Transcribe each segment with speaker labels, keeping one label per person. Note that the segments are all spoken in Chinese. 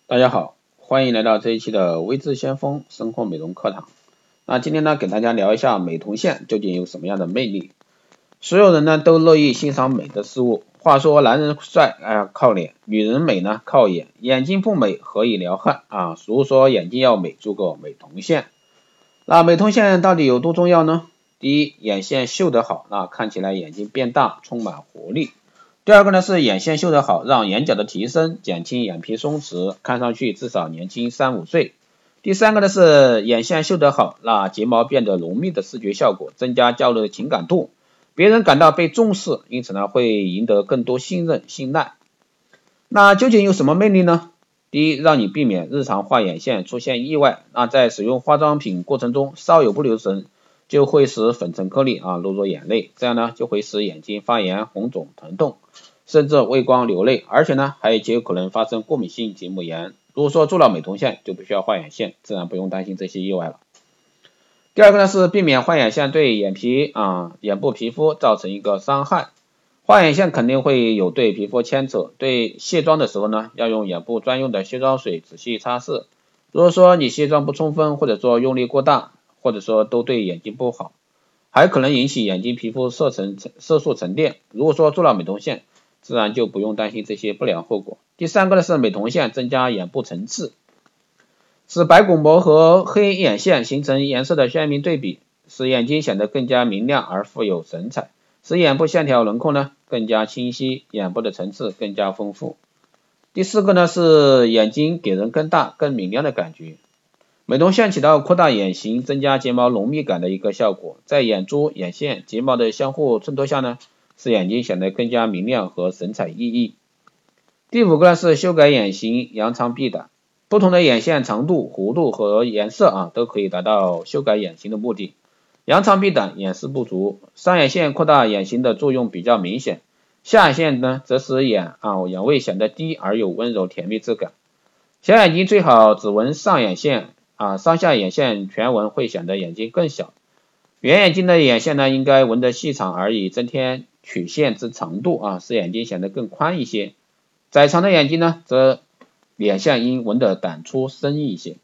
Speaker 1: 大家好，欢迎来到这一期的微智先锋生活美容课堂。那今天呢，给大家聊一下美瞳线究竟有什么样的魅力。所有人呢都乐意欣赏美的事物。话说男人帅靠脸，女人美呢靠眼，眼睛不美何以撩汉啊？俗说眼睛要美，做个美瞳线。那美瞳线到底有多重要呢？第一，眼线绣得好，那看起来眼睛变大，充满活力。第二个呢是眼线绣得好，让眼角的提升，减轻眼皮松弛，看上去至少年轻3-5岁。第三个呢是眼线绣得好，那睫毛变得浓密的视觉效果，增加交流的情感度，别人感到被重视，因此呢会赢得更多信任信赖。那究竟有什么魅力呢？第一，让你避免日常画眼线出现意外，那在使用化妆品过程中稍有不留神，就会使粉尘颗粒落入眼内，这样呢就会使眼睛发炎、红肿、疼痛，甚至畏光流泪，而且呢还极有可能发生过敏性结膜炎。如果说做了美瞳线，就不需要画眼线，自然不用担心这些意外了。第二个呢是避免画眼线对眼部皮肤造成一个伤害。画眼线肯定会有对皮肤牵扯，对卸妆的时候呢要用眼部专用的卸妆水仔细擦拭。如果说你卸妆不充分，或者说用力过大，或者说都对眼睛不好，还可能引起眼睛皮肤色素沉淀。如果说做了美瞳线，自然就不用担心这些不良后果。第三个呢是美瞳线增加眼部层次，使白巩膜和黑眼线形成颜色的鲜明对比，使眼睛显得更加明亮而富有神采，使眼部线条轮廓呢更加清晰，眼部的层次更加丰富。第四个呢是眼睛给人更大更明亮的感觉。美瞳线起到扩大眼型、增加睫毛浓密感的一个效果，在眼珠、眼线、睫毛的相互衬托下呢，使眼睛显得更加明亮和神采奕奕。第五个呢是修改眼型、扬长避短，不同的眼线长度、弧度和颜色都可以达到修改眼型的目的。扬长避短，眼视不足，上眼线扩大眼型的作用比较明显，下眼线呢则使眼位显得低而有温柔甜蜜质感。小眼睛最好只纹上眼线上下眼线全纹会显得眼睛更小。圆眼睛的眼线呢应该纹得细长而已，增添曲线之长度使眼睛显得更宽一些。窄长的眼睛呢则眼线应纹得淡粗深一些。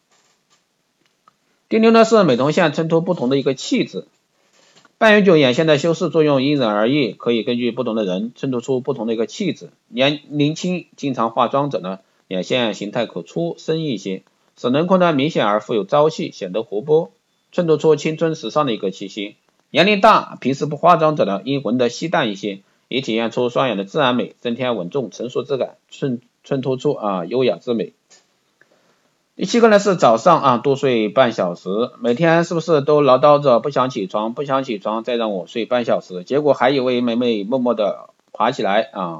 Speaker 1: 第六呢是美瞳线衬托不同的一个气质。半永久眼线的修饰作用因人而异，可以根据不同的人衬托出不同的一个气质。年轻经常化妆者呢，眼线形态可粗深一些，使轮廓呢明显而富有朝气，显得活泼，衬托出青春时尚的一个气息。年龄大平时不化妆者呢，应纹得稀淡一些，以体现出双眼的自然美，增添稳重成熟质感，衬托出优雅之美。第七个呢是早上多睡半小时。每天是不是都唠叨着不想起床再让我睡半小时，结果还以为美美默默的爬起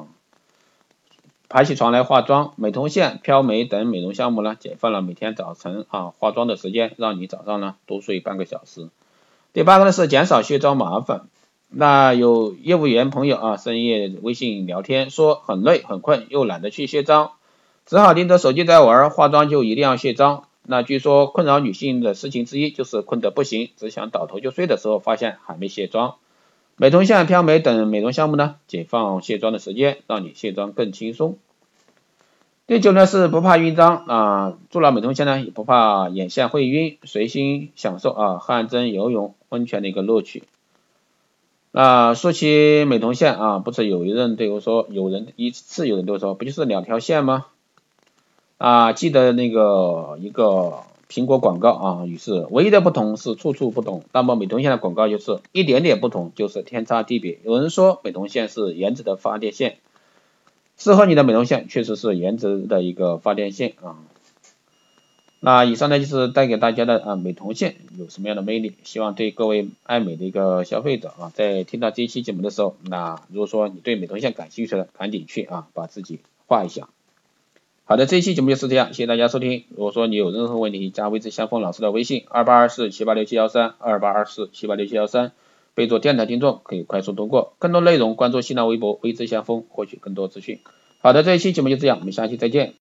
Speaker 1: 床来化妆。美瞳线、飘眉等美容项目呢，解放了每天早晨化妆的时间，让你早上呢多睡半个小时。第八个呢是减少卸妆麻烦。那有业务员朋友深夜微信聊天说很累很困，又懒得去卸妆，只好盯着手机在玩，化妆就一定要卸妆。那据说困扰女性的事情之一就是困得不行，只想倒头就睡的时候发现还没卸妆。美瞳线、飘眉等美容项目呢，解放卸妆的时间，让你卸妆更轻松。第九呢是不怕晕妆做了美瞳线呢也不怕眼线会晕，随心享受汗蒸、游泳、温泉的一个乐趣。说起美瞳线不是有人对我说不就是两条线吗？记得那个一个苹果广告于是唯一的不同是处处不同，那么美瞳线的广告就是一点点不同就是天差地别。有人说美瞳线是颜值的发电线，适合你的美瞳线确实是颜值的一个发电线那以上呢就是带给大家的美瞳线有什么样的魅力，希望对各位爱美的一个消费者在听到这一期节目的时候，那如果说你对美瞳线感兴趣的，赶紧去把自己画一下。好的，这一期节目就是这样，谢谢大家收听。如果说你有任何问题，加微智先锋老师的微信2824786713 2824786713，备注电台听众，可以快速通过。更多内容关注新浪微博微智先锋，获取更多资讯。好的，这一期节目就这样，我们下期再见。